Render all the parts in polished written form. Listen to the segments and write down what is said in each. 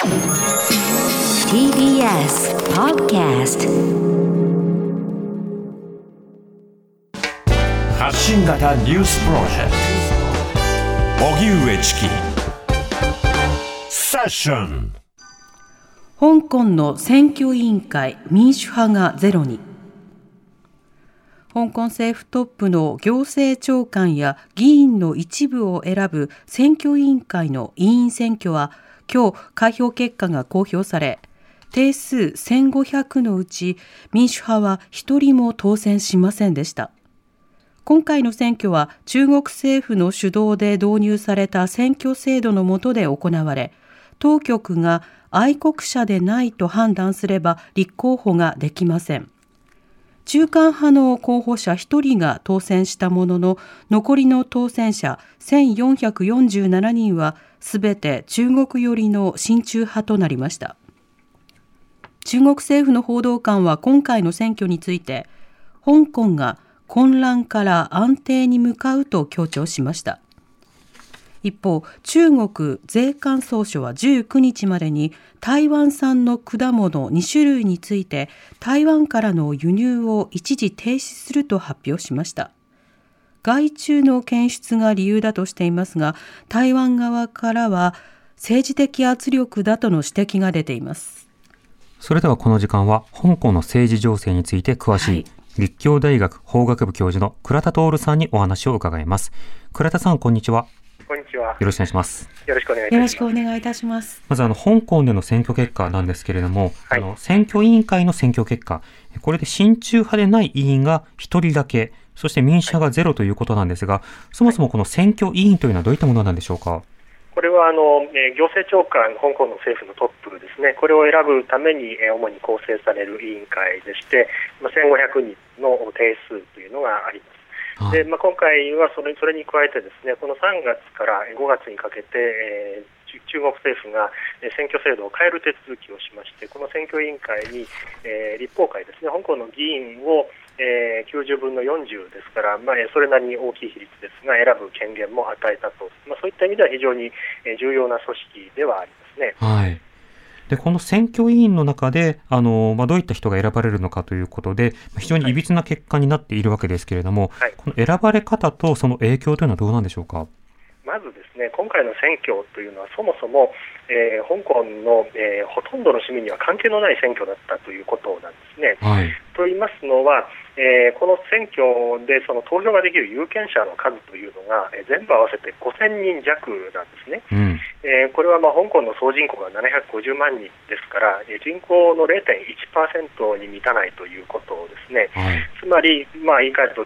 TBS Podcast 発信型ニュースプロジェクト荻上チキセッション。 香港の選挙委員会民主派がゼロに。香港政府トップの行政長官や議員の一部を選ぶ選挙委員会の委員選挙は今日開票結果が公表され、定数1500のうち民主派は一人も当選しませんでした。今回の選挙は中国政府の主導で導入された選挙制度の下で行われ、当局が愛国者でないと判断すれば立候補ができません。中間派の候補者1人が当選したものの、残りの当選者1447人はすべて中国寄りの親中派となりました。中国政府の報道官は今回の選挙について、香港が混乱から安定に向かうと強調しました。一方、中国税関総署は19日までに台湾産の果物2種類について台湾からの輸入を一時停止すると発表しました。害虫の検出が理由だとしていますが、台湾側からは政治的圧力だとの指摘が出ています。 それではこの時間は香港の政治情勢について詳しい、立教大学法学部教授の倉田徹さんにお話を伺います。倉田さん、こんにちは。 こんにちは。 よろしくお願いします。 よろしくお願いいたします。 よろしくお願いいたします。 まず香港での選挙結果なんですけれども、選挙委員会の選挙結果、これで親中派でない委員が1人だけ、そして民主派がゼロということなんですが、そもそもこの選挙委員というのはどういったものなんでしょうか。 これは行政長官、香港の政府のトップですね、これを選ぶために主に構成される委員会でして、1500人の定数というのがあります。で今回はそれに加えてですね、この3月から5月にかけて、中国政府が選挙制度を変える手続きをしまして、この選挙委員会に、立法会ですね、香港の議員を、90分の40ですから、それなりに大きい比率ですが選ぶ権限も与えたと、そういった意味では非常に重要な組織ではありますね。 はい。でこの選挙委員の中でどういった人が選ばれるのかということで非常にいびつな結果になっているわけですけれども、この選ばれ方とその影響というのはどうなんでしょうか。 まずですね、今回の選挙というのはそもそも、香港の、ほとんどの市民には関係のない選挙だったということなんですね。と言いますのは、この選挙でその投票ができる有権者の数というのが、全部合わせて5000人弱なんですね。これは香港の総人口が750万人ですから、人口の 0.1% に満たないということですね。つまり、言い換えると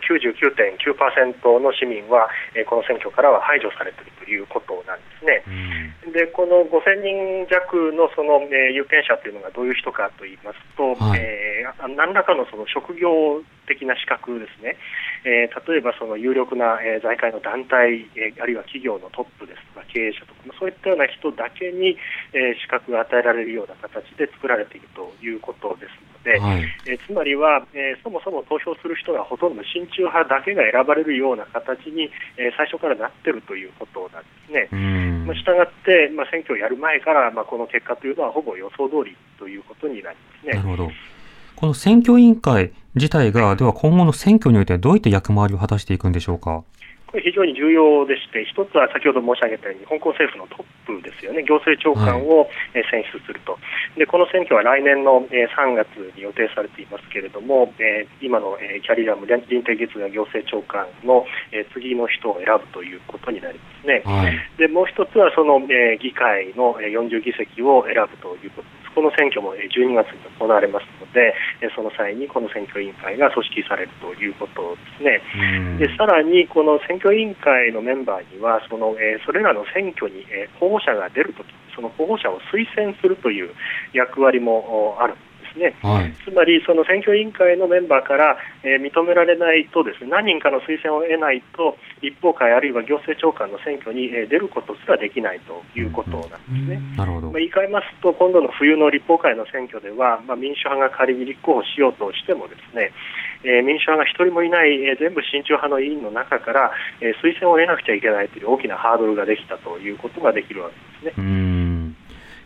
99.9% の市民は、この選挙からは排除されているということなんですね。でこの5000人弱のその、有権者というのがどういう人かと言いますと、何らかのその職業的な資格ですね、例えばその有力な、財界の団体、あるいは企業のトップですとか経営者とか、そういったような人だけに、資格が与えられるような形で作られているということですので、つまりは、そもそも投票する人がほとんど親中派だけが選ばれるような形に、最初からなっているということなんですね。したがって、選挙をやる前から、この結果というのはほぼ予想通りということになりますね。 なるほど。この選挙委員会自体が、では今後の選挙においてどういった役回りを果たしていくんでしょうか。 これ非常に重要でして、一つは先ほど申し上げたように香港政府のトップですよね、行政長官を選出すると。でこの選挙は来年の3月に予定されていますけれども、今のキャリアム林鄭月娥行政長官の次の人を選ぶということになりますね。でもう一つはその議会の40議席を選ぶということです。この選挙も12月に行われますので、その際にこの選挙委員会が組織されるということですね。でさらにこの選挙委員会のメンバーにはそれらの選挙に候補者が出るとき、その候補者を推薦するという役割もあるんですね。つまりその選挙委員会のメンバーから、認められないとですね、何人かの推薦を得ないと立法会あるいは行政長官の選挙に出ることすらできないということなんですね。 なるほど。 言い換えますと、今度の冬の立法会の選挙では、民主派が仮に立候補しようとしてもですね、民主派が一人もいない、全部親中派の委員の中から、推薦を得なくちゃいけないという大きなハードルができたということができるわけですね。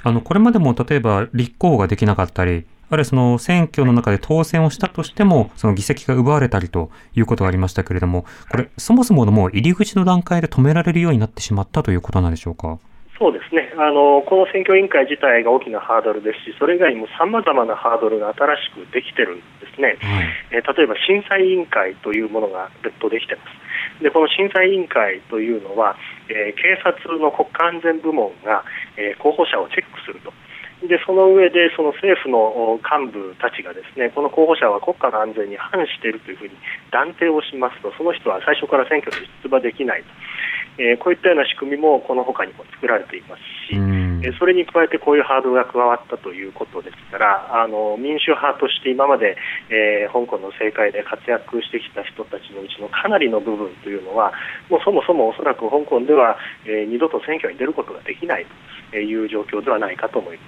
これまでも例えば立候補ができなかったり、あるいはその選挙の中で当選をしたとしても、その議席が奪われたりということがありましたけれども、これ、そもそものもう入り口の段階で止められるようになってしまったということなんでしょうか。 そうですね、この選挙委員会自体が大きなハードルですし、それ以外にもさまざまなハードルが新しくできてるんですね。例えば審査委員会というものが別途できています。でこの審査委員会というのは、警察の国家安全部門が、候補者をチェックすると。でその上でその政府の幹部たちがですね、この候補者は国家の安全に反しているというふうに断定をしますと、その人は最初から選挙で出馬できないと。こういったような仕組みもこの他にも作られていますし、それに加えてこういうハードルが加わったということですから、民主派として今まで、香港の政界で活躍してきた人たちのうちのかなりの部分というのは、もうそもそもおそらく香港では、二度と選挙に出ることができないという状況ではないかと思います。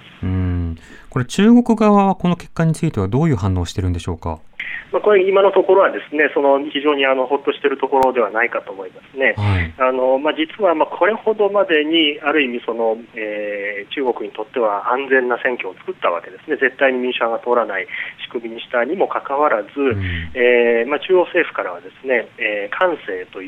これ中国側はこの結果についてはどういう反応をしているんでしょうか。 これ今のところはですね、非常にほっとしているところではないかと思いますね。実はこれほどまでにある意味中国にとっては安全な選挙を作ったわけですね。絶対に民主派が通らない仕組みにしたにもかかわらず、中央政府からはですね、韓正という、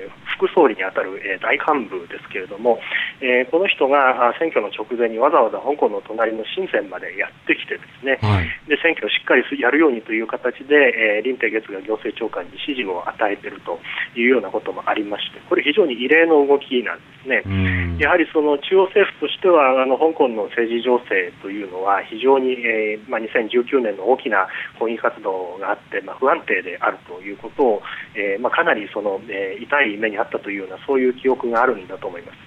副総理にあたる、大幹部ですけれども、この人が選挙の直前にわざわざ香港の隣の深センまでやってきてですね、で選挙をしっかりやるようにという形で林鄭月娥行政長官に指示を与えているというようなこともありまして、これ非常に異例の動きなんですね。やはりその中央政府としては香港の政治情勢というのは非常に、2019年の大きな抗議活動があって、不安定であるということを、かなり痛い目にあったというようなそういう記憶があるんだと思います。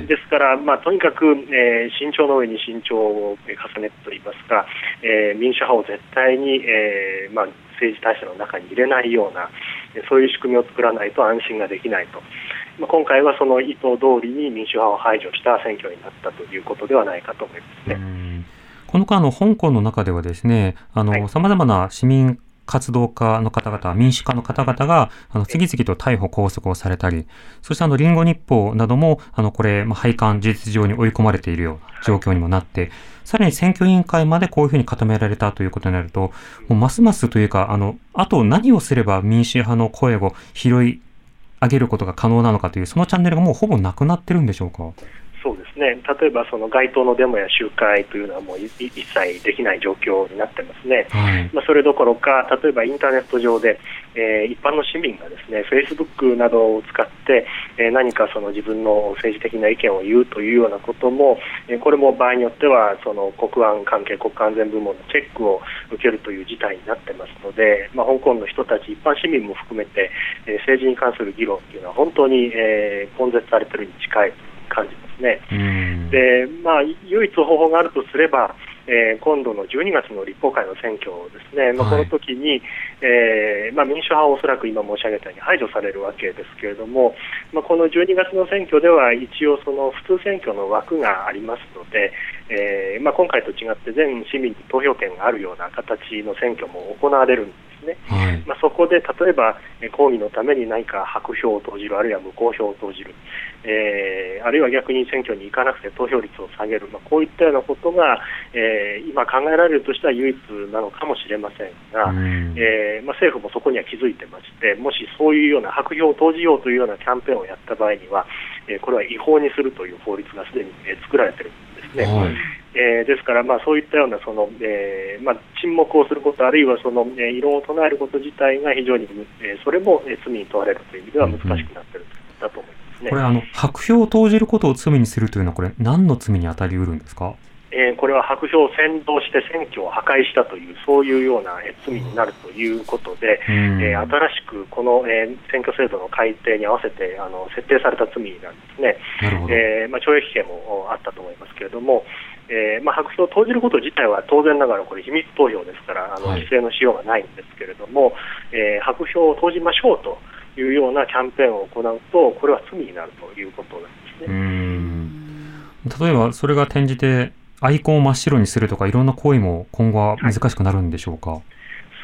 ですから、とにかく、慎重の上に慎重を重ねといいますか、民主派を絶対に、政治体制の中に入れないようなそういう仕組みを作らないと安心ができないと。今回はその意図通りに民主派を排除した選挙になったということではないかと思いますね。 この間香港の中ではですね、様々な市民活動家の方々、民主化の方々が次々と逮捕拘束をされたり、そしてリンゴ日報などもこれ廃刊事実上に追い込まれているような状況にもなって、さらに選挙委員会までこういうふうに固められたということになると、もうますますというかあと何をすれば民主派の声を拾い上げることが可能なのかという、そのチャンネルがもうほぼなくなってるんでしょうか。 そうですね、例えば街頭のデモや集会というのはもう一切できない状況になってますね。それどころか、例えばインターネット上で、一般の市民がですね、フェイスブックなどを使って、何か自分の政治的な意見を言うというようなことも、これも場合によっては国安関係、国家安全部門のチェックを受けるという事態になってますので、香港の人たち、一般市民も含めて、政治に関する議論というのは本当に、根絶されているに近い感じですね。で唯一方法があるとすれば、今度の12月の立法会の選挙ですね、この時に、民主派はおそらく今申し上げたように排除されるわけですけれども、この12月の選挙では一応普通選挙の枠がありますので、今回と違って全市民に投票権があるような形の選挙も行われるんですね。そこで例えば抗議のために何か白票を投じる、あるいは無効票を投じる、あるいは逆に選挙に行かなくて投票率を下げる、こういったようなことが、今考えられるとしては唯一なのかもしれませんが、政府もそこには気づいてまして、もしそういうような白票を投じようというようなキャンペーンをやった場合には、これは違法にするという法律がすでに作られているんですね。ですから、そういったような沈黙をすること、あるいは異論を唱えること自体が非常に、それも罪に問われるという意味では難しくなっているんだと思いますね。 これ白票を投じることを罪にするというのは、これ何の罪に当たりうるんですか。 これは白票を扇動して選挙を破壊したという、そういうような罪になるということで、新しくこの、選挙制度の改定に合わせて設定された罪なんですね。懲役刑もあったと思いますけれども、白票を投じること自体は当然ながらこれ秘密投票ですから、規制のしようがないんですけれども、白票を投じましょうというようなキャンペーンを行うと、これは罪になるということなんですね。 例えばそれが転じてアイコンを真っ白にするとか、いろんな行為も今後は難しくなるんでしょうか。 そうです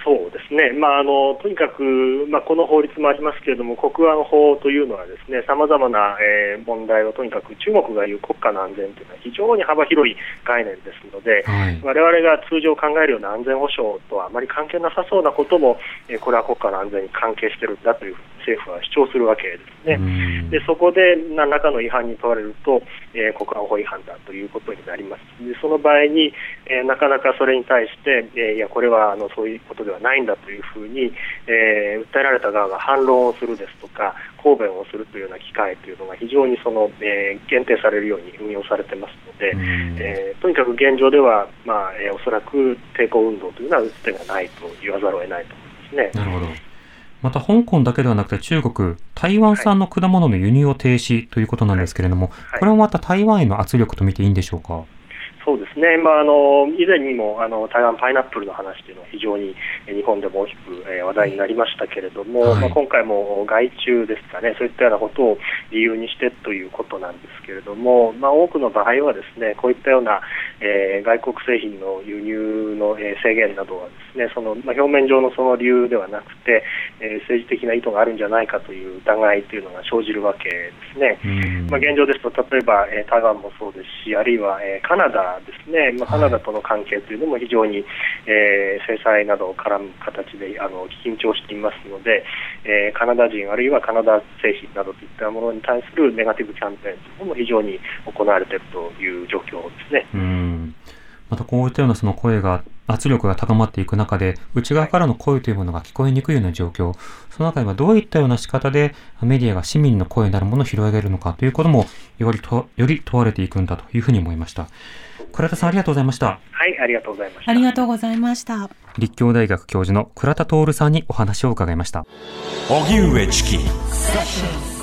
ですね、とにかく、この法律もありますけれども、国安法というのはですね、さまざまな、問題をとにかく中国が言う国家の安全というのは非常に幅広い概念ですので、我々が通常考えるような安全保障とはあまり関係なさそうなことも、これは国家の安全に関係しているんだという政府は主張するわけですね。でそこで何らかの違反に問われると、国安法違反だということになります。でその場合に、なかなかそれに対して、いやこれはそういうことではないんだというふうに、訴えられた側が反論をするですとか抗弁をするというような機会というのが非常に限定されるように運用されてますので、とにかく現状では、おそらく抵抗運動というのは打つ手がないと言わざるを得ないと思いますね。 なるほど。また香港だけではなくて中国、台湾産の果物の輸入を停止ということなんですけれども、これもまた台湾への圧力と見ていいんでしょうか。 そうですね、以前にも台湾パイナップルの話というのは非常に日本でも大きく話題になりましたけれども、今回も害虫ですかね、そういったようなことを理由にしてということなんですけれども、多くの場合はですね、こういったような、外国製品の輸入の制限などはですね、表面上のその理由ではなくて、政治的な意図があるんじゃないかという疑いというのが生じるわけですね。現状ですと例えば台湾もそうですし、あるいはカナダですね、カナダとの関係というのも非常に、制裁などを絡む形で緊張していますので、カナダ人あるいはカナダ製品などといったものに対するネガティブキャンペーンというのも非常に行われているという状況ですね。 またこういったようなその声が圧力が高まっていく中で内側からの声というものが聞こえにくいような状況、その中ではどういったような仕方でメディアが市民の声になるものを拾い上げるのかということもより問われていくんだというふうに思いました。倉田さん、ありがとうございました。 はい、ありがとうございました。 ありがとうございました。 立教大学教授の倉田徹さんにお話を伺いました。 荻上チキ